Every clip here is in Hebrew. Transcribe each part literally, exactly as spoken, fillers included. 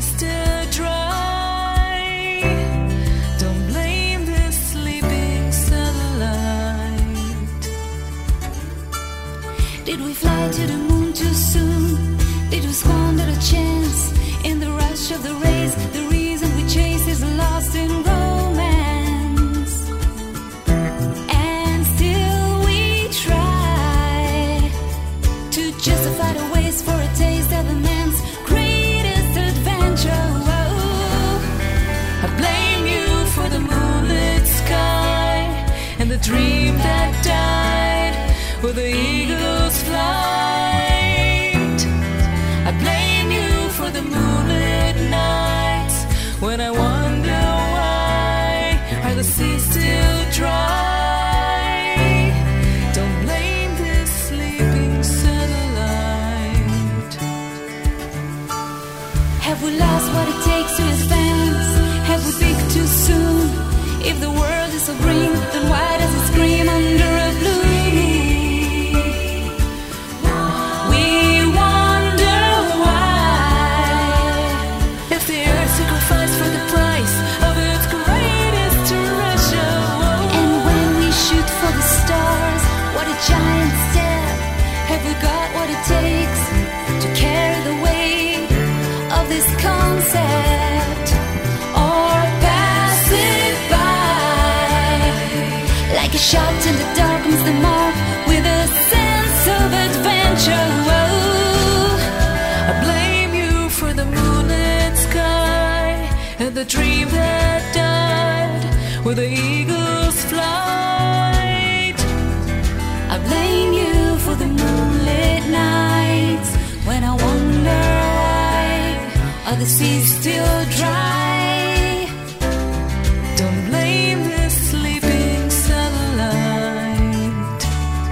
still dry. Don't blame this sleeping satellite. Did we fly to the moon too soon? Did we squander a chance in the rush of the race? The reason we chase is lost in romance. And still we try to justify the waste for a taste of a man's greatest adventure. Whoa. I blame you for the moonlit sky and the dream that died with the eagle's flight. I blame you for the moonlit nights when I wonder why are the seas still dry. Don't blame this sleeping satellite. Have we lost what it takes to advance? Have we peaked too soon? If the world is so green, then why does it scream under a blue moon? We wonder why. If the earth sacrificed for the price of its greatest treasure. And when we shoot for the stars, what a giant step. Have we got what it takes to carry the weight of this concept? Or pass it by like a shot in the dark, miss the mark with a sense of adventure. Whoa. I blame you for the moonlit sky and the dream that died with the eagle's flight. I blame you for the moonlit nights when I wonder why are the seas still dry. Don't blame this sleeping satellite.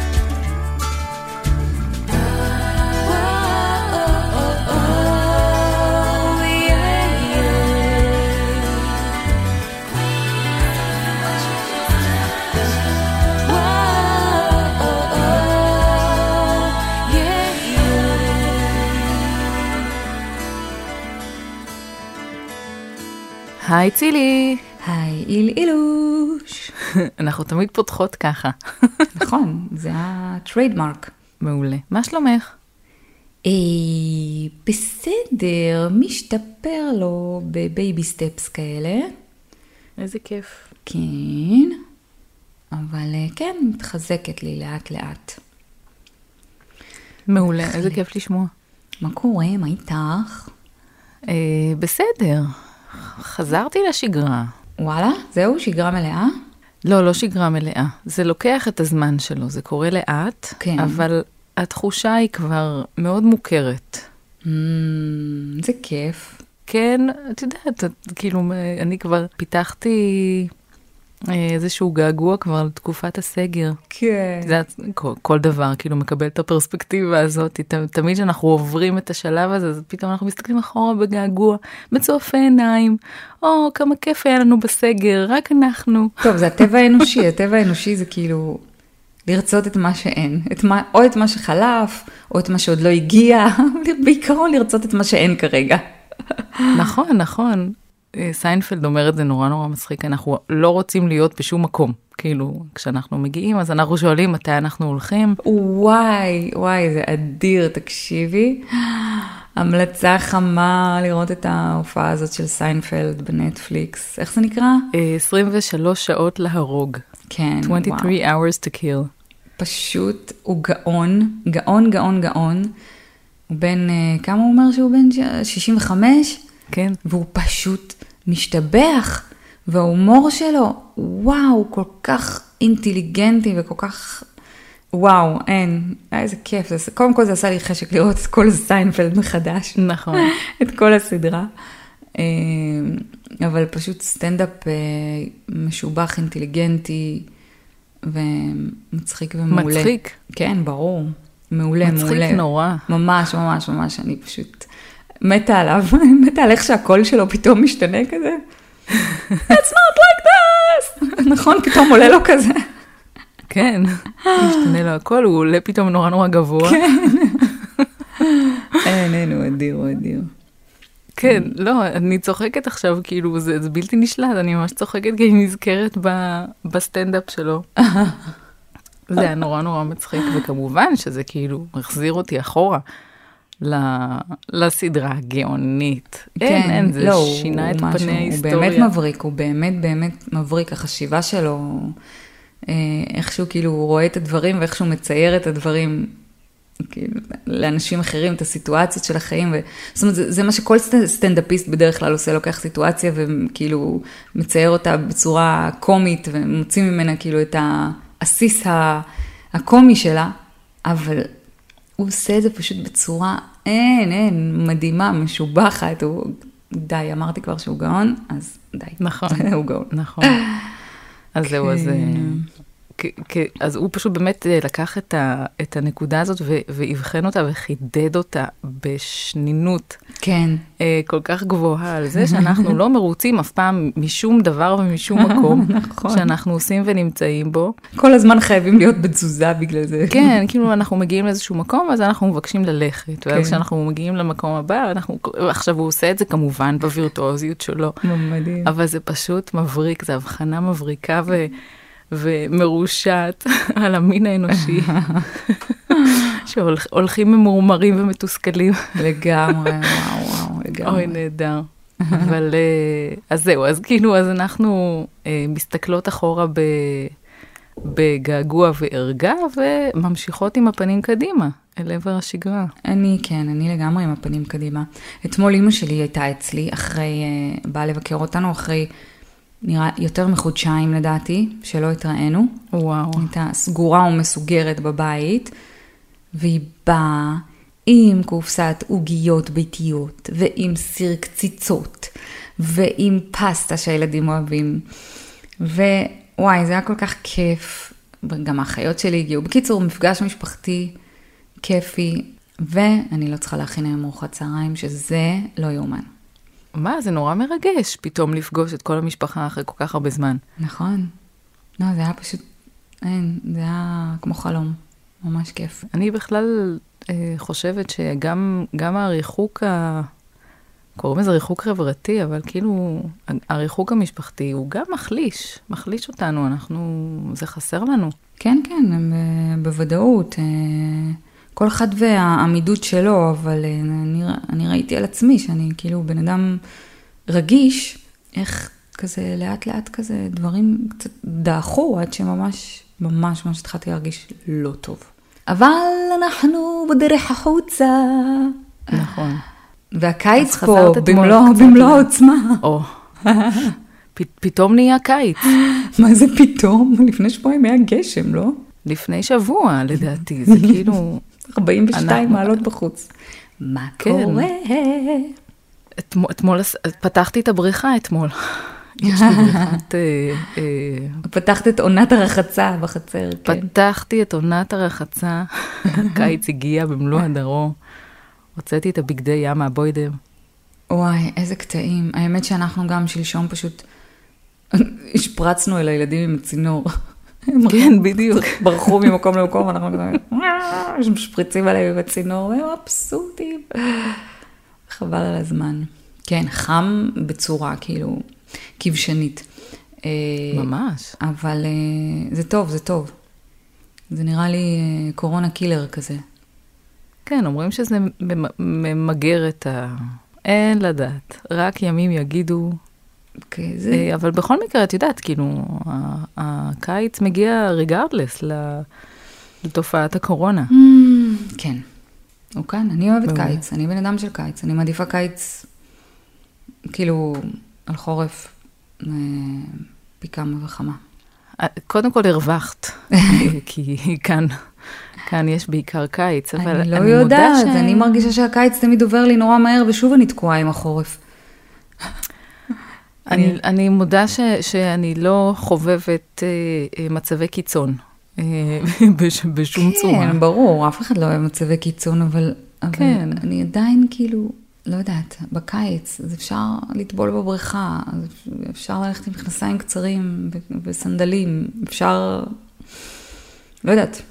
Whoa, oh, oh, oh, yeah, yeah. Whoa, oh, oh, yeah, yeah. היי צילי. היי, איל אילוש. אנחנו תמיד פותחות ככה. נכון, זה הטריידמרק. מעולה. מה שלומך? אה, בסדר, משתפר לו בבייבי סטפס כאלה. איזה כיף. כן, אבל אה, כן, מתחזקת לי לאט לאט. מעולה, איזה כיף לשמוע. מה קורה? מה איתך? אה, בסדר. חזרתי לשגרה. וואלה, זהו, שגרה מלאה? לא, לא שגרה מלאה. זה לוקח את הזמן שלו, זה קורה לאט, כן. אבל התחושה היא כבר מאוד מוכרת. Mm, זה כיף. כן, את יודעת, את, כאילו, אני כבר פיתחתי איזשהו געגוע כבר לתקופת הסגר. כן. זה כל, כל דבר, כאילו, מקבל את הפרספקטיבה הזאת. ת, תמיד שאנחנו עוברים את השלב הזה, אז פתאום אנחנו מסתכלים אחורה בגעגוע, בצופי עיניים. או, כמה כיף היה לנו בסגר, רק אנחנו. טוב, זה הטבע האנושי. הטבע האנושי זה כאילו לרצות את מה שאין. את מה, או את מה שחלף, או את מה שעוד לא הגיע. בעיקרון לרצות את מה שאין כרגע. נכון, נכון. סיינפלד אומר את זה נורא נורא מצחיק, אנחנו לא רוצים להיות בשום מקום, כאילו, כשאנחנו מגיעים, אז אנחנו שואלים מתי אנחנו הולכים. וואי, וואי, זה אדיר, תקשיבי. המלצה חמה לראות את ההופעה הזאת של סיינפלד בנטפליקס. איך זה נקרא? עשרים ושלוש שעות להרוג. כן, וואו. twenty-three hours to kill. פשוט הוא גאון, גאון, גאון, גאון. הוא בן, כמה הוא אומר שהוא בן? שישים וחמש? כן. והוא פשוט משתבח, וההומור שלו, וואו, כל כך אינטליגנטי וכל כך, וואו, אין, איזה כיף. זה, קודם כל זה עשה לי חשק לראות את כל סיינפלד מחדש. נכון. את כל הסדרה. אבל פשוט סטנדאפ משובח, אינטליגנטי, ומצחיק ומעולה. מצחיק. כן, ברור. מעולה, מצחיק מעולה. מצחיק נורא. ממש, ממש, ממש. אני פשוט מתה עליו. מתה על איך שהקול שלו פתאום משתנה כזה. It's not like this! נכון, פתאום עולה לו כזה. כן, משתנה לו הכל, הוא עולה פתאום נורא נורא גבוה. כן. אין, אין, הוא אדיר, הוא אדיר. כן, לא, אני צוחקת עכשיו, כאילו, זה, זה בלתי נשלט, אני ממש צוחקת כי אני נזכרת ב, בסטנדאפ שלו. זה היה נורא נורא מצחיק, וכמובן שזה כאילו מחזיר אותי אחורה לסדרה הגאונית. כן, אין, אין, זה לא, שינה את משהו, פני ההיסטוריה. הוא באמת מבריק, הוא באמת באמת מבריק, החשיבה שלו, איכשהו כאילו הוא רואה את הדברים, ואיכשהו מצייר את הדברים, כאילו, לאנשים אחרים, את הסיטואציות של החיים, ו... זאת אומרת, זה, זה מה שכל סטנדאפיסט בדרך כלל עושה, לוקח סיטואציה, וכאילו מצייר אותה בצורה קומית, ומוציא ממנה כאילו את העסיס הקומי שלה, אבל הוא עושה את זה פשוט בצורה, אין, אין, מדהימה, משובחת, הוא, די, אמרתי כבר שהוא גאון, אז די. נכון. הוא גאון. נכון. אז זהו, אז... אז הוא פשוט באמת לקח את, ה, את הנקודה הזאת והבחן אותה וחידד אותה בשנינות. כן. כל כך גבוהה על זה שאנחנו לא מרוצים אף פעם משום דבר ומשום מקום נכון. שאנחנו עושים ונמצאים בו. כל הזמן חייבים להיות בתזוזה בגלל זה. כן, כאילו אנחנו מגיעים לאיזשהו מקום, אז אנחנו מבקשים ללכת. ואז כשאנחנו מגיעים למקום הבא, אנחנו, עכשיו הוא עושה את זה כמובן בווירטואוזיות שלו. מדהים. אבל זה פשוט מבריק, זה הבחנה מבריקה ו... ומרושעת על המין האנושי, שהולכים ממורמרים ומתוסכלים. לגמרי, וואו, וואו, לגמרי. אוי, נהדר. אבל, אז זהו, אז כאילו, אז אנחנו מסתכלות אחורה בגעגוע וערגה, וממשיכות עם הפנים קדימה, אל עבר השגרה. אני, כן, אני לגמרי עם הפנים קדימה. אתמול אמא שלי הייתה אצלי, אחרי, באה לבקר אותנו, אחרי... נראה יותר מחודשיים לדעתי, שלא התראינו. וואו. הייתה סגורה ומסוגרת בבית, והיא באה עם קופסת עוגיות ביתיות, ועם סיר קציצות, ועם פסטה שהילדים אוהבים. ווואי, זה היה כל כך כיף. גם האחיות שלי הגיעו. בקיצור, מפגש משפחתי כיפי, ואני לא צריכה להכין היום ארוחת צהריים, שזה לא יאומן. מה? זה נורא מרגש, פתאום לפגוש את כל המשפחה אחרי כל כך הרבה זמן. נכון. לא, זה היה פשוט, אין, זה היה כמו חלום. ממש כיף. אני בכלל אה, חושבת שגם גם הריחוק, ה... קוראים לזה ריחוק חברתי, אבל כאילו, הריחוק המשפחתי הוא גם מחליש, מחליש אותנו, אנחנו, זה חסר לנו. כן, כן, בוודאות. כל אחד והעמידות שלו, אבל אני, אני ראיתי על עצמי שאני כאילו בן אדם רגיש, איך כזה לאט לאט כזה דברים קצת דעכו, עד שממש ממש ממש התחלתי להרגיש לא טוב. אבל אנחנו בדרך החוצה. נכון. והקיץ פה במלוא, במלוא העוצמה. או, פתאום נהיה קיץ. מה זה פתאום? לפני שבועיים היה גשם, לא? לפני שבוע, לדעתי, זה כאילו... ארבעים ושתיים מעלות בחוץ. מה קורה? אתמול, פתחתי את הבריכה אתמול. יש לי בריכת... פתחת את עונת הרחצה בחצר, כן. פתחתי את עונת הרחצה, הקיץ הגיע במלוא הדרום. הוצאתי את הבגדי ים מהבוידם. וואי, איזה קטעים. האמת שאנחנו גם שלשום פשוט השפרצנו אל הילדים עם הצינור. כן, בדיוק. ברחו ממקום למקום, אנחנו משפריצים עליהם בצינור, והם מבסוטים. חבל על הזמן. כן, חם בצורה, כאילו, כבשנית. ממש. אבל זה טוב, זה טוב. זה נראה לי קורונה קילר כזה. כן, אומרים שזה ממגר את ה... אין לדעת. רק ימים יגידו... זה... אבל בכל מקרה, את יודעת, כאילו, הקיץ מגיע ריגרדלס לתופעת הקורונה. כן. הוא כאן, אני אוהבת קיץ, אני בן אדם של קיץ, אני מעדיפה קיץ, כאילו, על חורף, פי כמה וכמה. קודם כל הרווחת, כי כאן, כאן יש בעיקר קיץ, אבל אני לא יודעת, אני מרגישה שהקיץ תמיד עובר לי נורא מהר, ושוב אני תקועה עם החורף. אני, אני מודה ש, שאני לא חובבת אה, מצבי קיצון, אה, בש, בשום כן, צורה. כן, ברור, אף אחד לא אוהב מצבי קיצון, אבל, כן. אבל אני עדיין כאילו, לא יודעת, בקיץ, אז אפשר לטבול בבריכה, אז אפשר ללכת עם מכנסיים קצרים וסנדלים, אפשר, לא יודעת.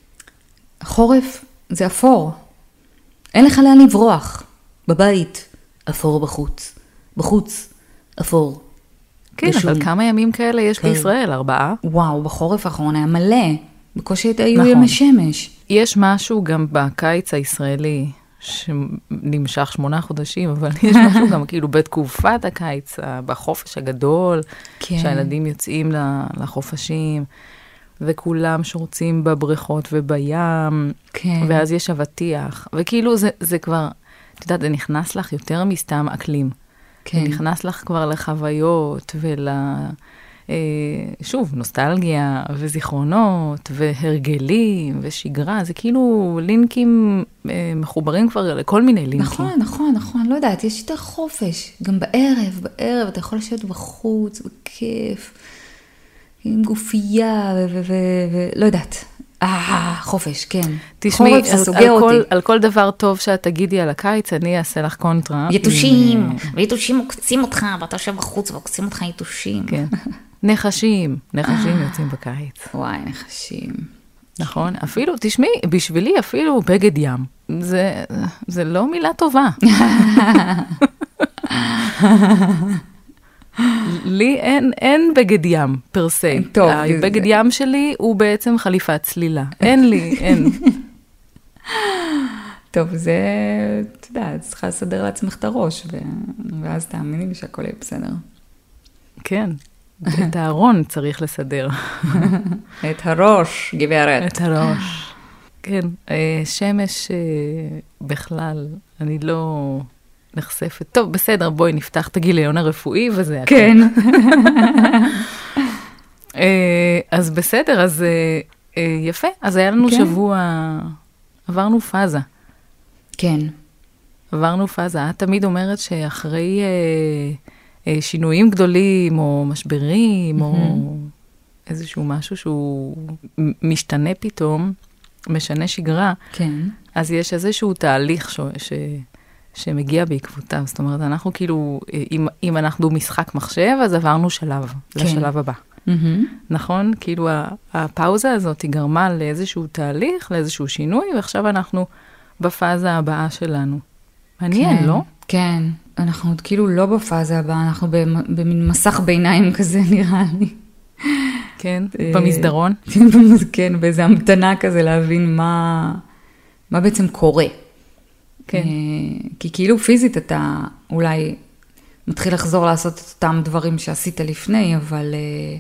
חורף זה אפור, אין לך לאן לברוח, בבית. אפור בחוץ. בחוץ, אפור. כן, גשום. אבל כמה ימים כאלה יש כן. בישראל? ארבעה? וואו, בחורף האחרון היה מלא. בקושי היו נכון. ימי שמש. יש משהו גם בקיץ הישראלי, שנמשך שמונה חודשים, אבל יש משהו גם כאילו בתקופת הקיץ, בחופש הגדול, כן. שהילדים יוצאים לחופשים, וכולם שורצים בבריכות ובים, כן. ואז יש אבטיח, וכאילו זה, זה כבר, את יודעת, זה נכנס לך יותר מסתם אקלים. כן. זה נכנס לך כבר לחוויות ול... שוב, נוסטלגיה וזיכרונות והרגלים ושגרה, זה כאילו לינקים מחוברים כבר לכל מיני לינקים. נכון, נכון, נכון, לא יודעת, יש יותר חופש, גם בערב, בערב, אתה יכול לשבת בחוץ, בכיף, עם גופייה ולא יודעת. אה, חופש, כן. תשמעי, חורף, זה על, סוגר על, אותי. כל, על כל דבר טוב שאת תגידי על הקיץ, אני אעשה לך קונטרה. יתושים, ויתושים עוקצים אותך, ואתה יושב בחוץ ועוקצים אותך יתושים. כן. נחשים, נחשים יוצאים בקיץ. וואי, נחשים. נכון? אפילו, תשמעי, בשבילי אפילו בגד ים. זה, זה לא מילה טובה. לי אין, אין בגד ים, פרסי. טוב. הבגד ים שלי הוא בעצם חליפת צלילה. אין לי, אין. טוב, זה, אתה יודע, צריכה לסדר לעצמך את הראש, ואז תאמיני לי שהכל יהיה בסדר. כן. את הארון צריך לסדר. את הראש, גברת. את הראש. כן, שמש בכלל, אני לא נחשפת. טוב, בסדר, בואי נפתח את הגיליון הרפואי וזה. כן. אז בסדר, אז יפה. אז היה לנו שבוע, עברנו פאזה. כן. עברנו פאזה. את תמיד אומרת שאחרי שינויים גדולים, או משברים, או איזשהו משהו שהוא משתנה פתאום, משנה שגרה, כן. אז יש איזשהו תהליך ש, ש, שמגיע בעקבותיו. זאת אומרת, אנחנו כאילו, אם, אם אנחנו משחק מחשב, אז עברנו שלב, כן. לשלב הבא. Mm-hmm. נכון? כאילו, הפאוזה הזאת היא גרמה לאיזשהו תהליך, לאיזשהו שינוי, ועכשיו אנחנו בפאזה הבאה שלנו. מעניין, כן, לא? כן. אנחנו עוד כאילו לא בפאזה הבאה, אנחנו במין מסך ביניים כזה, נראה לי. כן, במסדרון. כן, באיזו המתנה כזה להבין מה, מה בעצם קורה. כן. כי כאילו פיזית אתה אולי מתחיל לחזור לעשות את אותם דברים שעשית לפני, אבל,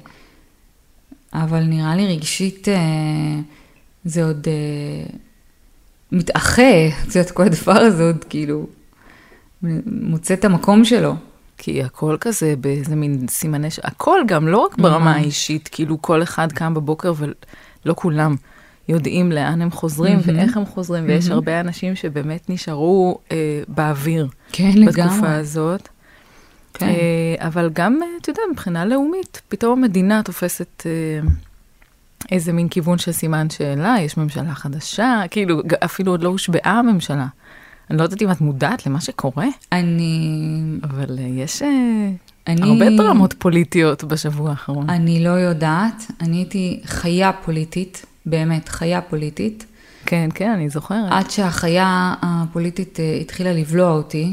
אבל נראה לי רגשית זה עוד מתאחה, זה עוד כל הדבר הזה עוד כאילו מוצא את המקום שלו. כי הכל כזה באיזה מין סימני, ש... הכל גם לא רק ברמה האישית, כאילו כל אחד קם בבוקר ולא כולם יודעים לאן הם חוזרים ואיך הם חוזרים, ויש הרבה אנשים שבאמת נשארו אה, באוויר. כן, לגמרי. בתקופה הזאת. כן. אה, אבל גם, אתה יודע, מבחינה לאומית, פתאום המדינה תופסת אה, איזה מין כיוון של סימן שאלה, יש ממשלה חדשה, כאילו אפילו עוד לא הושבעה הממשלה. אני לא יודעת אם את מודעת למה שקורה. אני... אבל יש אני... הרבה דרמות פוליטיות בשבוע האחרון. אני לא יודעת. אני הייתי חיה פוליטית, באמת חיה פוליטית. כן, כן, אני זוכרת. עד שהחיה הפוליטית התחילה לבלוע אותי,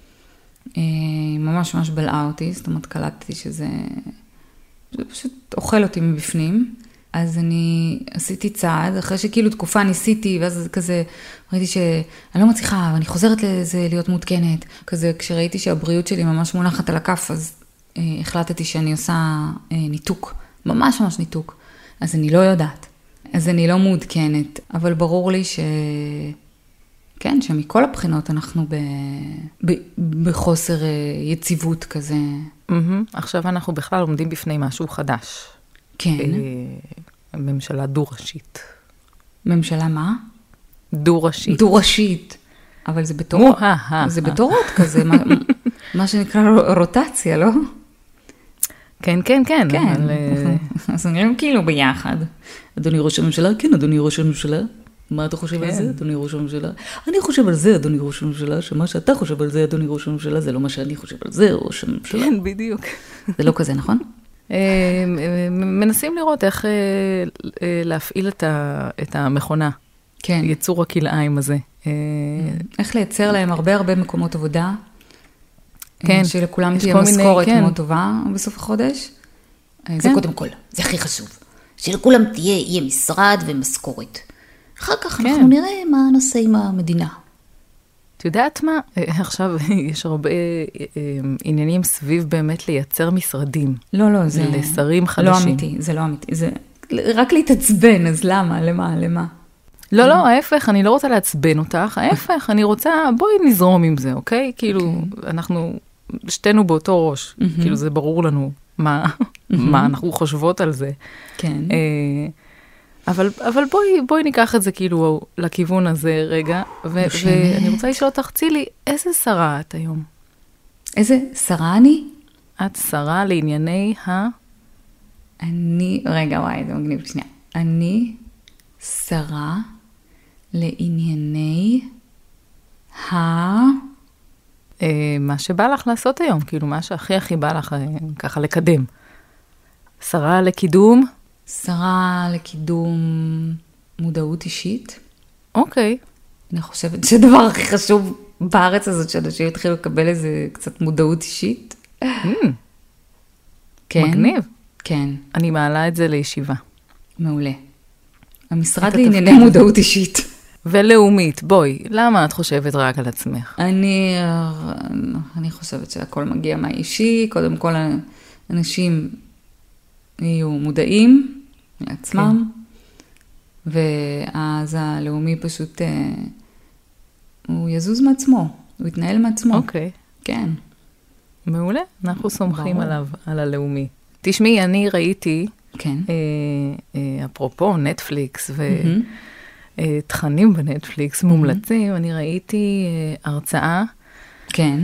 ממש ממש בלעה אותי, זאת אומרת קלטתי שזה... זה פשוט אוכל אותי מבפנים. אז אני עשיתי צעד, אחרי שכאילו תקופה ניסיתי, ואז כזה ראיתי שאני לא מצליחה, ואני חוזרת לזה להיות מותקנת. כזה כשראיתי שהבריאות שלי ממש מונחת על הכף, אז אה, החלטתי שאני עושה אה, ניתוק, ממש ממש ניתוק. אז אני לא יודעת, אז אני לא מעודכנת, אבל ברור לי ש... כן, שמכל הבחינות אנחנו ב... ב... בחוסר יציבות כזה. Mm-hmm. עכשיו אנחנו בכלל עומדים בפני משהו חדש. כן. ממשלה דו-ראשית. ממשלה מה? דו-ראשית. דו-ראשית. אבל זה בתורות. זה בתורות כזה, מה, מה שנקרא רוטציה, לא? כן, כן, כן. כן. אבל... אז נראים כאילו ביחד. אדוני ראש הממשלה? כן, אדוני ראש הממשלה. מה אתה חושב על זה, אדוני ראש הממשלה? אני חושב על זה, אדוני ראש הממשלה, שמה שאתה חושב על זה, אדוני ראש הממשלה, זה לא מה שאני חושב על זה, ראש הממשלה. כן, בדיוק. זה לא כזה, נכון? מנסים לראות איך להפעיל את המכונה, יצור הכלאיים הזה. איך לייצר להם הרבה הרבה מקומות עבודה, כן. שלכולם יש תהיה כל מיני- משכורת כן. מאוד טובה בסוף החודש. זה קודם כל, זה הכי חשוב. שלכולם תהיה, יהיה משרד ומשכורת. אחר כך כן. אנחנו נראה מה נעשה עם המדינה. את יודעת מה? אה, עכשיו יש הרבה אה, אה, עניינים סביב באמת לייצר משרדים. לא, לא, זה... לשרים לא חדשים. אמיתי, זה לא אמיתי. זה רק להתעצבן, אז למה? למה? למה? לא, לא, ההפך, אני לא רוצה לעצבן אותך, ההפך, אני רוצה, בואי נזרום עם זה, אוקיי? כאילו, אנחנו, שתינו באותו ראש, כאילו זה ברור לנו מה, מה אנחנו חושבות על זה. כן. אה, אבל, אבל בואי, בואי ניקח את זה כאילו לכיוון הזה רגע, ו- ואני רוצה לשאול אותך, צילי, איזה שרה את היום? איזה שרה אני? את שרה לענייני ה... אני, רגע, וואי, זה מגניב, שנייה. אני שרה לענייני ה... אה, מה שבא לך לעשות היום, כאילו מה שהכי הכי בא לך אה, ככה לקדם. שרה לקידום? שרה לקידום מודעות אישית. אוקיי. אני חושבת שהדבר הכי חשוב בארץ הזאת, שאנשים יתחילו לקבל איזה קצת מודעות אישית. Mm, כן. מגניב. כן, אני מעלה את זה לישיבה. מעולה. המשרד את לענייני התפקיד. מודעות אישית. ולאומית, בואי, למה את חושבת רק על עצמך? אני, אני חושבת שהכל מגיע מהאישי, קודם כל אנשים יהיו מודעים לעצמם, ואז הלאומי פשוט, אה, הוא יזוז מעצמו, הוא יתנהל מעצמו. אוקיי. כן. מעולה, אנחנו סומכים ברור. עליו, על הלאומי. תשמעי, אני ראיתי, כן. אה, אה, אפרופו נטפליקס מהמם. ותכנים בנטפליקס מומלצים, אני ראיתי אה, הרצאה כן.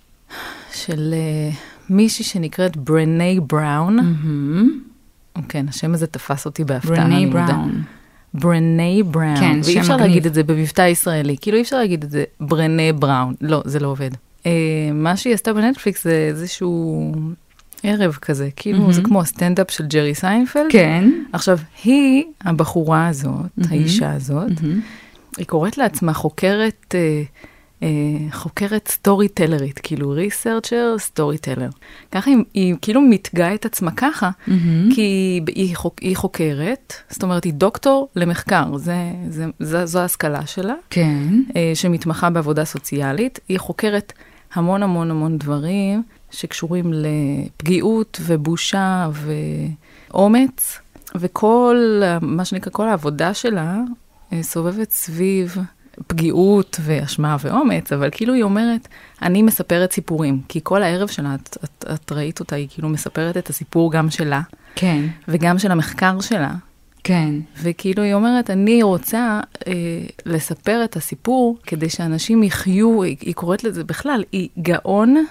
של אה, מישהי שנקראת ברני בראון. מהמם. כן, השם הזה תפס אותי בהפתעה. ברני אני מודה. בראון. ברני בראון. כן, ואי שם אפשר מגניב. להגיד את זה במבטא ישראלי. כאילו אי אפשר להגיד את זה ברני בראון. לא, זה לא עובד. אה, מה שהיא עשתה בנטפליקס זה איזשהו ערב כזה. כאילו זה כמו הסטנדאפ של ג'רי סיינפלד. כן. עכשיו, היא, הבחורה הזאת, האישה הזאת, מהמם. היא קוראת לעצמה חוקרת, אה, אה, חוקרת סטורי טלרית, כאילו ריסרצ'ר, סטורי טלר. ככה היא, היא כאילו מתגאה את עצמה ככה, מהמם. כי היא, היא, חוק, היא חוקרת, זאת אומרת, היא דוקטור למחקר, זה, זה, זה, זו ההשכלה שלה, כן. אה, שמתמחה בעבודה סוציאלית. היא חוקרת המון המון המון דברים שקשורים לפגיעות ובושה ואומץ, וכל, מה שנקרא, כל העבודה שלה אה, סובבת סביב פגיעות ואשמה ואומץ, אבל כאילו היא אומרת, אני מספרת סיפורים, כי כל הערב שלה, את, את, את ראית אותה, היא כאילו מספרת את הסיפור גם שלה, כן. וגם של המחקר שלה, כן. וכאילו היא אומרת, אני רוצה אה, לספר את הסיפור, כדי שאנשים יחיו, היא, היא קוראת לזה בכלל, היא גאון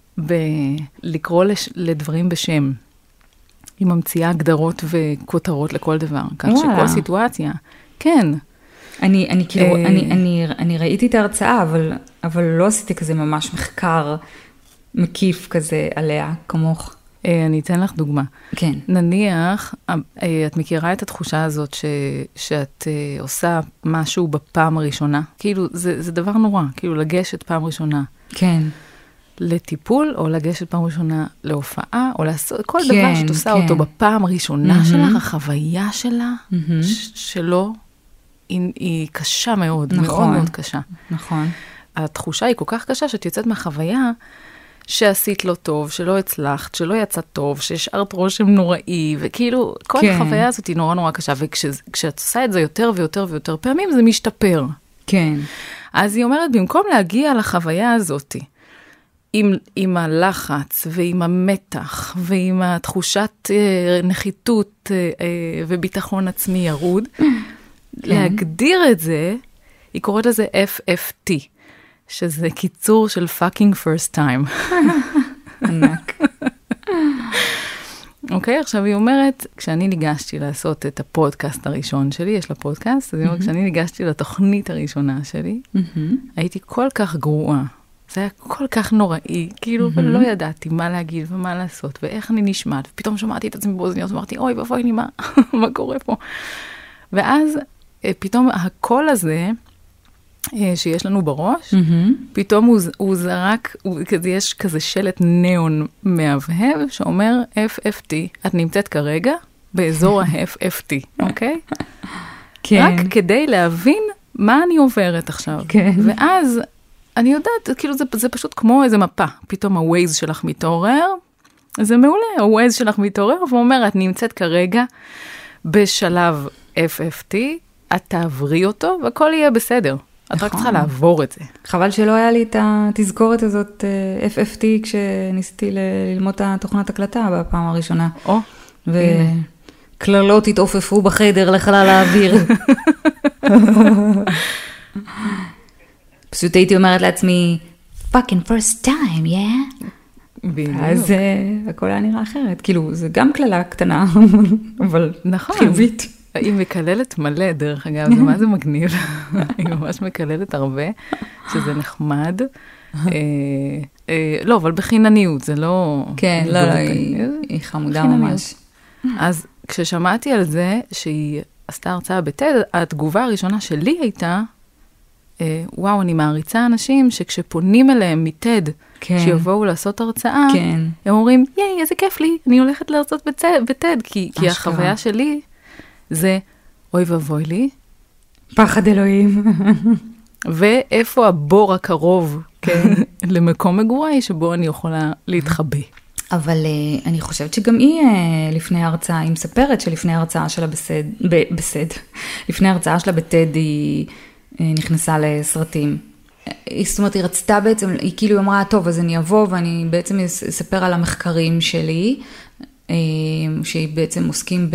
בלקרוא לש, לדברים בשם. היא ממציאה הגדרות וכותרות לכל דבר, כך וואלה. שכל סיטואציה, כן. אני, אני כאילו, אה. אני, אני, אני ראיתי את ההרצאה, אבל, אבל לא עשיתי כזה ממש מחקר מקיף כזה עליה, כמוך. אה, אני אתן לך דוגמה. כן. נניח, אה, את מכירה את התחושה הזאת ש, שאת אה, עושה משהו בפעם הראשונה? כאילו, זה, זה דבר נורא, כאילו לגשת פעם ראשונה. כן. לטיפול, או לגשת פעם ראשונה להופעה, או לעשות כל כן, דבר שאת עושה כן. אותו בפעם הראשונה מהמם. שלך, החוויה שלה, מהמם. ש- שלו, היא, היא קשה מאוד, נכון. מאוד מאוד קשה. נכון. התחושה היא כל כך קשה שאת יוצאת מהחוויה שעשית לא טוב, שלא הצלחת, שלא יצא טוב, שהשארת רושם נוראי, וכאילו, כל כן. החוויה הזאת היא נורא נורא קשה, וכשאת עושה את זה יותר ויותר ויותר פעמים, זה משתפר. כן. אז היא אומרת, במקום להגיע לחוויה הזאת, עם, עם הלחץ ועם המתח ועם התחושת אה, נחיתות אה, אה, וביטחון עצמי ירוד, להגדיר את זה, היא קוראת לזה אף אף טי, שזה קיצור של fucking first time. ענק. אוקיי, עכשיו היא אומרת, כשאני ניגשתי לעשות את הפודקאסט הראשון שלי, יש לה פודקאסט, אז היא אומרת, כשאני ניגשתי לתוכנית הראשונה שלי, הייתי כל כך גרועה. זה היה כל כך נוראי, כאילו, ולא ידעתי מה להגיד ומה לעשות, ואיך אני נשמעת, ופתאום שמעתי את עצמי באוזניות, ואמרתי, אוי, ואבוי לי, מה, מה קורה פה? ואז פתאום הקול הזה אה, שיש לנו בראש, פתאום הוא, הוא זרק, הוא, כזה, יש כזה שלט ניאון מהבהב, שאומר אף אף טי, את נמצאת כרגע באזור ה-אף אף טי, אוקיי? כן. רק כדי להבין מה אני עוברת עכשיו. כן. ואז אני יודעת, כאילו זה, זה פשוט כמו איזה מפה, פתאום הווייז שלך מתעורר, זה מעולה, הווייז שלך מתעורר, ואומר, את נמצאת כרגע בשלב אף אף טי, את תעברי אותו, והכל יהיה בסדר. את רק צריכה לעבור את זה. חבל שלא היה לי את התזכורת הזאת, אף אף טי, כשניסיתי ללמוד את תוכנת הקלטה בפעם הראשונה. או, וכללות התעופפו בחדר לחלל האוויר. פשוט הייתי אומרת לעצמי, fucking first time, yeah? אז הכל היה נראה אחרת. כאילו, זה גם כללה קטנה, אבל חיובית. היא מקללת מלא, דרך אגב, זה מה זה מגניב. היא ממש מקללת הרבה, שזה נחמד. לא, אבל בחינניות, זה לא... כן, לא, לא, היא חמודה ממש. אז כששמעתי על זה, שהיא עשתה הרצאה בטד, התגובה הראשונה שלי הייתה, וואו, אני מעריצה אנשים שכשפונים אליהם מטד, שיבואו לעשות הרצאה, הם אומרים, ייי, איזה כיף לי, אני הולכת לעשות בטד, כי החוויה שלי זה, אוי ואבוי לי. פחד אלוהים. ואיפה הבור הקרוב למקום מגוריי, שבו אני יכולה להתחבא. אבל אני חושבת שגם היא לפני ההרצאה, היא מספרת שלפני ההרצאה שלה בסד, בסד, לפני ההרצאה שלה בטד היא נכנסה לסרטים. זאת אומרת, היא רצתה בעצם, היא כאילו אמרה, טוב, אז אני אבוא ואני בעצם אספר על המחקרים שלי, שהיא בעצם עוסקים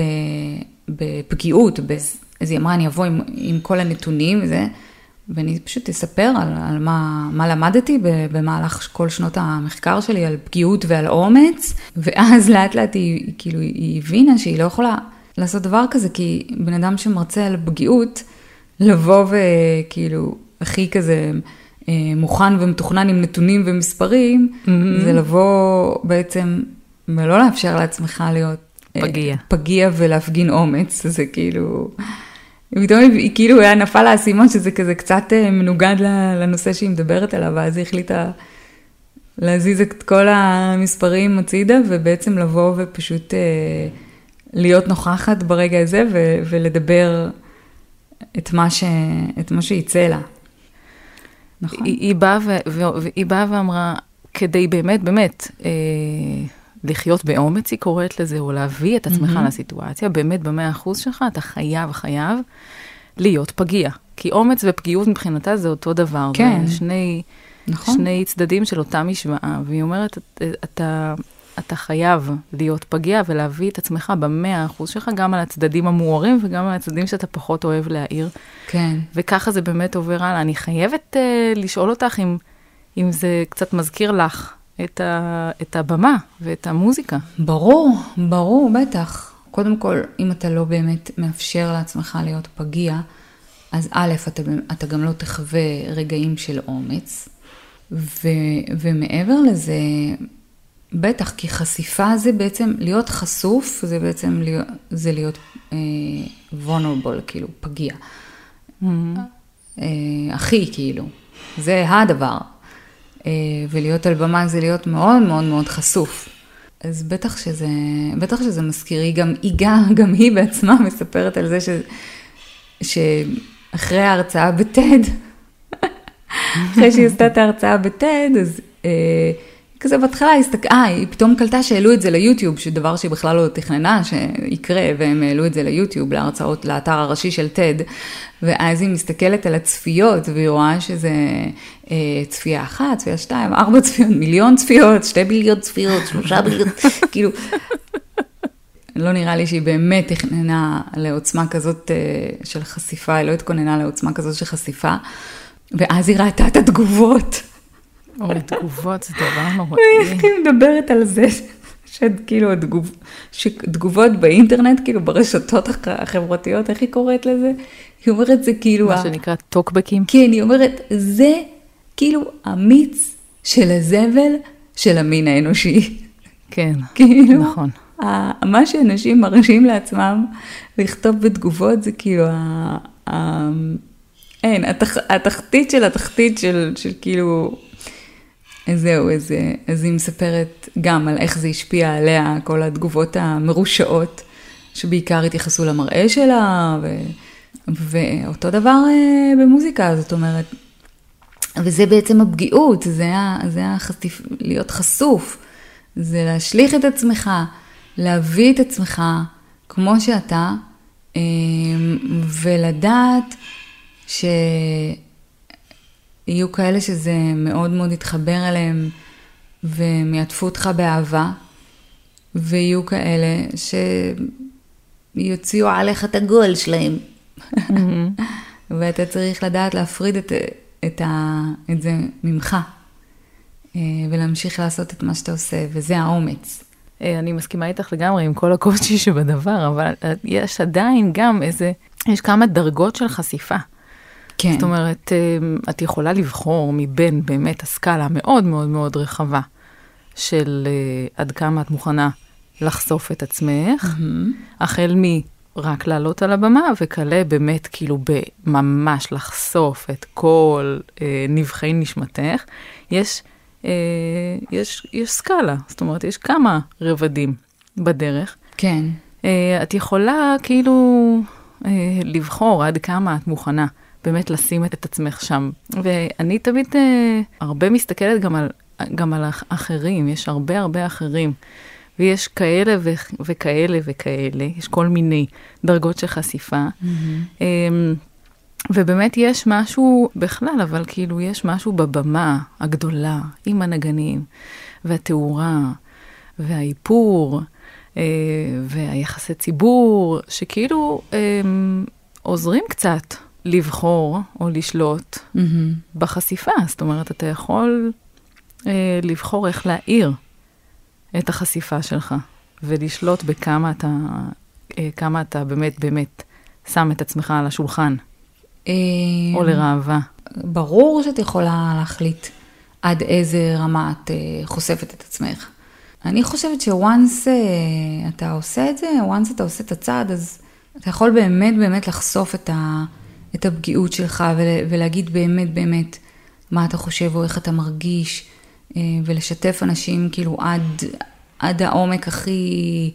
בפגיעות, אז היא אמרה, אני אבוא עם, עם כל הנתונים וזה, ואני פשוט אספר על, על מה, מה למדתי במהלך כל שנות המחקר שלי, על פגיעות ועל אומץ, ואז לאט לאט היא, כאילו, היא הבינה שהיא לא יכולה לעשות דבר כזה, כי בן אדם שמרצה על פגיעות, לבוא וכאילו, הכי כזה מוכן ומתוכנן עם נתונים ומספרים, mm-hmm. זה לבוא בעצם, ולא לאפשר לעצמך להיות פגיע. פגיע ולהפגין אומץ, זה כאילו... פתאום היא כאילו היה נפל האסימון שזה כזה קצת מנוגד לנושא שהיא מדברת עליו, ואז היא החליטה להזיז את כל המספרים הצידה, ובעצם לבוא ופשוט להיות נוכחת ברגע הזה, ולדבר את מה, ש... את מה שיצא לה. נכון? היא, היא באה ו... והיא באה ואמרה, כדי באמת, באמת, אה... לחיות באומץ, היא קוראת לזה, או להביא את עצמך mm-hmm. לסיטואציה, באמת במאה אחוז שלך, אתה חייב, חייב להיות פגיע. כי אומץ ופגיעות מבחינתה זה אותו דבר. כן. שני, נכון. שני צדדים של אותה משוואה. והיא אומרת, אתה, אתה חייב להיות פגיע, ולהביא את עצמך במאה אחוז שלך, גם על הצדדים המוארים, וגם על הצדדים שאתה פחות אוהב להעיר. כן. וככה זה באמת עובר הלאה. אני חייבת uh, לשאול אותך אם, אם זה קצת מזכיר לך, את, ה, את הבמה ואת המוזיקה. ברור, ברור, בטח. קודם כל, אם אתה לא באמת מאפשר לעצמך להיות פגיע, אז א', אתה, אתה גם לא תחווה רגעים של אומץ, ו, ומעבר לזה, בטח, כי חשיפה זה בעצם, להיות חשוף, זה בעצם להיות, זה להיות אה, vulnerable, כאילו, פגיע. Mm-hmm. אה, אחי, כאילו. זה הדבר. ולהיות על במה זה להיות מאוד מאוד מאוד חשוף. אז בטח שזה, בטח שזה מזכיר, היא גם, היא גם, גם היא בעצמה מספרת על זה ש, שאחרי ההרצאה בטד, אחרי שהיא עשתה את ההרצאה בטד, אז אה, כזה בהתחלה הסתק... אה, היא פתאום קלטה שהעלו את זה ליוטיוב, שדבר שהיא בכלל לא תכננה שיקרה, והם העלו את זה ליוטיוב, להרצאות, לאתר הראשי של טד, ואז היא מסתכלת על הצפיות, והיא רואה שזה אה, צפייה אחת, צפייה שתיים, ארבע צפיות, מיליון צפיות, שתי ביליון צפיות, שלושה ביליון, כאילו, לא נראה לי שהיא באמת תכננה לעוצמה כזאת אה, של חשיפה, היא לא התכוננה לעוצמה כזאת של חשיפה, ואז היא ראתה את התגובות, אוי, תגובות זה דבר נוראי. איך היא מדברת על זה, שכאילו תגובות באינטרנט, כאילו ברשתות החברתיות, איך היא קוראת לזה? היא אומרת זה כאילו... מה שנקרא טוקבקים. כן, היא אומרת, זה כאילו המיץ של הזבל של המין האנושי. כן, כאילו, נכון. מה שאנשים מרשים לעצמם לכתוב בתגובות, זה כאילו אין, התח, התחתית של התחתית של, של כאילו, זהו, אז, אז היא מספרת גם על איך זה השפיע עליה, כל התגובות המרושעות, שבעיקר התייחסו למראה שלה, ו, ואותו דבר במוזיקה, זאת אומרת, וזה בעצם הפגיעות, זה, זה החשיף, להיות חשוף, זה להשליך את עצמך, להביא את עצמך כמו שאתה, ולדעת שיהיו כאלה שזה מאוד מאוד יתחבר אליהם, והם יעטפו אותך באהבה, ויהיו כאלה שיוציאו עליך את הגול שלהם. ואתה צריך לדעת להפריד את, את, ה, את זה ממך, ולהמשיך לעשות את מה שאתה עושה, וזה האומץ. אני מסכימה איתך לגמרי עם כל הקושי שבדבר, אבל יש עדיין גם איזה, יש כמה דרגות של חשיפה. כן. זאת אומרת, את יכולה לבחור מבין באמת הסקאלה מאוד מאוד מאוד רחבה, של עד כמה את מוכנה לחשוף את עצמך, mm-hmm. החל מ... רק לעלות על הבמה, וכלה באמת כאילו בממש לחשוף את כל אה, נבחי נשמתך, יש, אה, יש, יש סקאלה, זאת אומרת, יש כמה רבדים בדרך. כן. אה, את יכולה כאילו אה, לבחור עד כמה את מוכנה באמת לשים את עצמך שם. ואני תמיד אה, הרבה מסתכלת גם על, גם על אחרים, יש הרבה הרבה אחרים. ויש כאלה ו- וכאלה וכאלה, יש כל מיני דרגות של חשיפה. Mm-hmm. ובאמת יש משהו בכלל, אבל כאילו יש משהו בבמה הגדולה, עם הנגנים, והתאורה, והאיפור, והיחסי ציבור, שכאילו עוזרים קצת לבחור או לשלוט mm-hmm. בחשיפה. זאת אומרת, אתה יכול לבחור איך להעיר. את החשיפה שלך, ולשלוט בכמה אתה, כמה אתה באמת, באמת שם את עצמך על השולחן, או לרעבה. ברור שאת יכולה להחליט עד איזה רמה את חושפת את עצמך. אני חושבת שוואנס אתה עושה את זה, וואנס אתה עושה את הצעד, אז אתה יכול באמת באמת לחשוף את, ה, את הפגיעות שלך, ולהגיד באמת באמת מה אתה חושב, או איך אתה מרגיש, ולשתף אנשים כאילו עד, עד העומק הכי,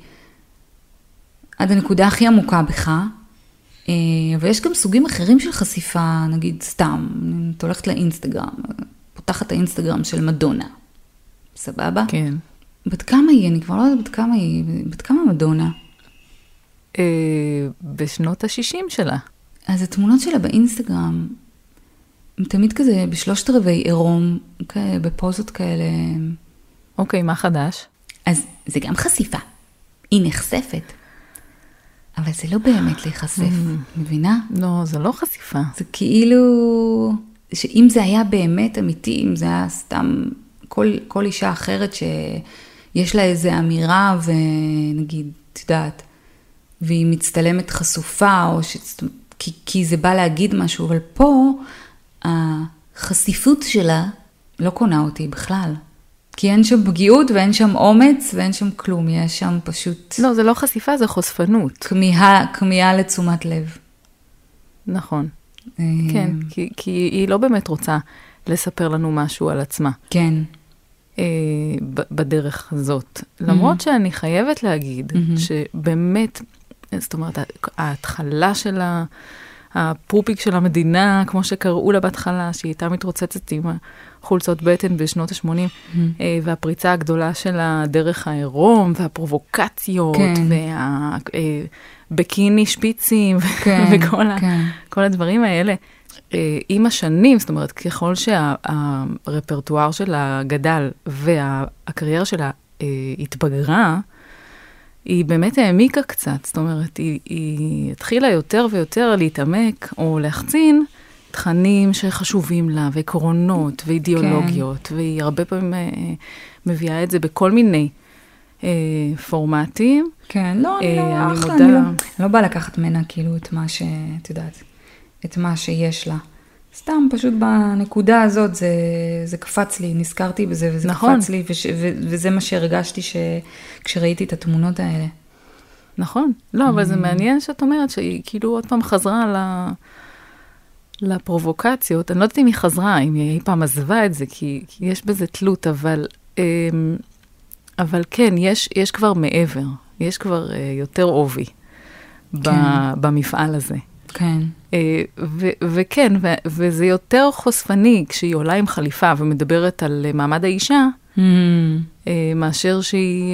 עד הנקודה הכי עמוקה בך. אבל יש גם סוגים אחרים של חשיפה, נגיד סתם, את הולכת לאינסטגרם, פותחת את האינסטגרם של מדונה. סבבה? כן. בת כמה היא? אני כבר לא יודעת בת כמה היא. בת כמה מדונה? בשנות ה-שישים שלה. אז התמונות שלה באינסטגרם, תמיד כזה בשלושת רבעי עירום, בפוזות כאלה. אוקיי, מה חדש? אז זה גם חשיפה. היא נחשפת. אבל זה לא באמת להיחשף, מבינה? לא, זה לא חשיפה. זה כאילו, שאם זה היה באמת אמיתי, אם זה היה סתם כל, כל אישה אחרת שיש לה איזו אמירה, ונגיד, תדעת, והיא מצטלמת חשופה, או ש... כי, כי זה בא להגיד משהו, אבל פה, החשיפות שלה לא קונה אותי בכלל. כי אין שם פגיעות ואין שם אומץ ואין שם כלום, יש שם פשוט... לא, זה לא חשיפה, זה חושפנות. כמיהה, כמיהה לתשומת לב. נכון. כן, כי, כי היא לא באמת רוצה לספר לנו משהו על עצמה. כן. בדרך הזאת. למרות שאני חייבת להגיד שבאמת, זאת אומרת, ההתחלה של הפופיק של המדינה, כמו שקראו לה בהתחלה, שהיא הייתה מתרוצצת עם חולצות בטן בשנות ה-שמונים, והפריצה הגדולה של הדרך העירום, והפרובוקציות, והבקיני שפיצים, וכל הדברים האלה. עם השנים, זאת אומרת, ככל שהרפרטואר שלה גדל, והקריירה שלה התבגרה, היא באמת העמיקה קצת, זאת אומרת, היא, היא התחילה יותר ויותר להתעמק או להחצין תכנים שחשובים לה, ועקרונות, ואידיאולוגיות, כן. והיא הרבה פעמים אה, מביאה את זה בכל מיני אה, פורמטים. כן, לא, אני אה, לא, אני אחלה, מודה... אני לא, לא באה לקחת מנה כאילו את מה ש... את יודעת, את מה שיש לה. סתם, פשוט בנקודה הזאת, זה, זה קפץ לי, נזכרתי בזה, וזה נכון. קפץ לי, וש, ו, וזה מה שהרגשתי ש, כשראיתי את התמונות האלה. נכון. לא, אבל זה מעניין שאת אומרת, שהיא כאילו עוד פעם חזרה ל, לפרובוקציות, אני לא יודעת אם היא חזרה, אם היא אי פעם עזבה את זה, כי, כי יש בזה תלות, אבל, אבל כן, יש, יש כבר מעבר, יש כבר יותר עובי כן. במפעל הזה. כן. ו- וכן, ו- וזה יותר חושפני כשהיא עולה עם חליפה ומדברת על מעמד האישה, mm. מאשר שהיא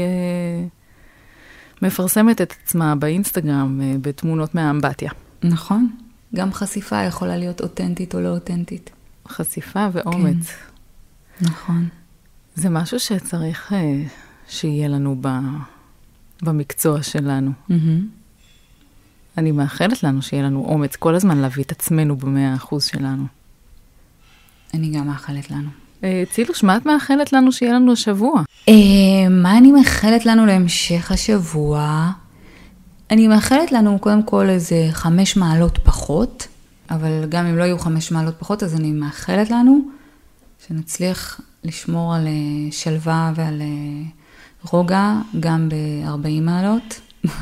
מפרסמת את עצמה באינסטגרם בתמונות מהאמבטיה. נכון. גם חשיפה יכולה להיות אותנטית או לא אותנטית. חשיפה ואומץ. כן. נכון. זה משהו שצריך שיהיה לנו ב- במקצוע שלנו. Mm-hmm. אני מאחלת לנו שיהיה לנו אומץ כל הזמן להביא את עצמנו במאה אחוז שלנו. אני גם מאחלת לנו. צילוש, מה את מאחלת לנו שיהיה לנו השבוע? מה אני מאחלת לנו להמשך השבוע? אני מאחלת לנו קודם כל איזה חמש מעלות פחות, אבל גם אם לא יהיו חמש מעלות פחות, אז אני מאחלת לנו שנצליח לשמור על שלווה ועל רוגע, גם ב-ארבעים מעלות.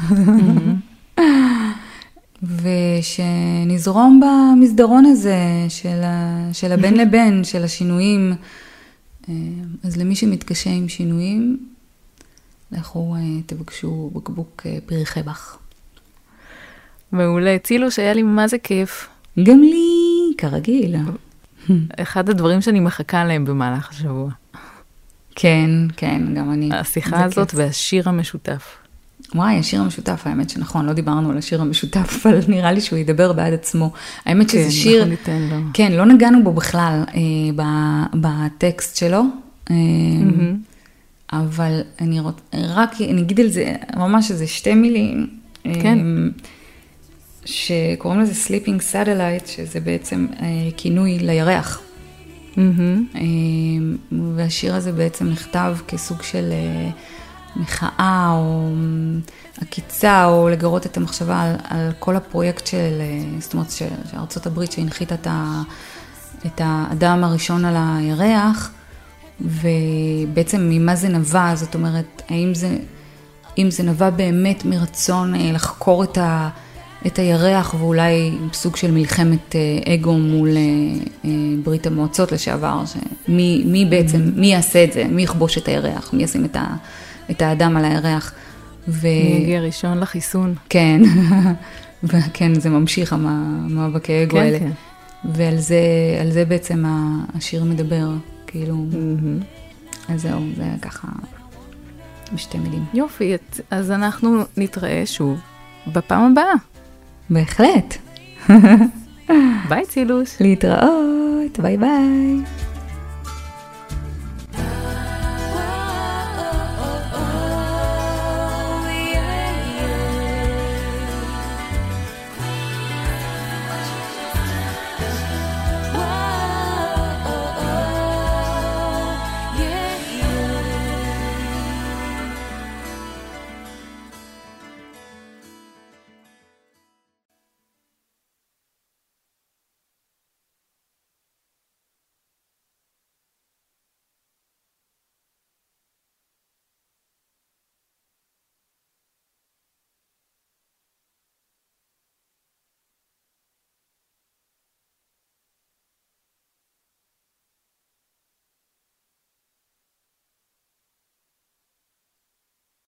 ושנזרום במסדרון הזה של, ה, של הבן לבן, של השינויים. אז למי שמתקשה עם שינויים, לכו תבקשו בקבוק פרחי בח. מעולה, צילוש, היה לי מה זה כיף. גם לי, כרגיל. אחד הדברים שאני מחכה להם במהלך השבוע. כן, כן, גם אני. השיחה הזאת כיף. והשיר המשותף. וואי, השיר המשותף, האמת שנכון, לא דיברנו על השיר המשותף, אבל נראה לי שהוא ידבר בעד עצמו. האמת שזה כן, שיר, אנחנו ניתן לו. כן, לא נגענו בו בכלל אה, בטקסט שלו, אה, mm-hmm. אבל אני רוצ... רק, אני אגיד על זה, ממש איזה שתי מילים, כן. אה, שקוראים לזה Sleeping Satellite, שזה בעצם אה, כינוי לירח. Mm-hmm. אה, והשיר הזה בעצם נכתב כסוג של... אה, מחאה או עקיצה או לגרות את המחשבה על, על כל הפרויקט של, זאת אומרת, של, של ארצות הברית שהנחיתה את, ה, את האדם הראשון על הירח, ובעצם ממה זה נבע, זאת אומרת, האם זה, אם זה נבע באמת מרצון לחקור את, ה, את הירח ואולי סוג של מלחמת אגו מול ברית המועצות לשעבר, שמי, מי בעצם, מי יעשה את זה, מי יכבוש את הירח, מי ישים את ה... את האדם על הירח. ו... מי הגיע ראשון לחיסון. כן, וכן, זה ממשיך, המאבקי אגו האלה. כן, כן. ועל זה, על זה בעצם השיר מדבר, כאילו, אז זהו, זה ככה, בשתי מילים. יופי, אז אנחנו נתראה שוב בפעם הבאה. בהחלט. ביי צילוש. להתראות, ביי ביי.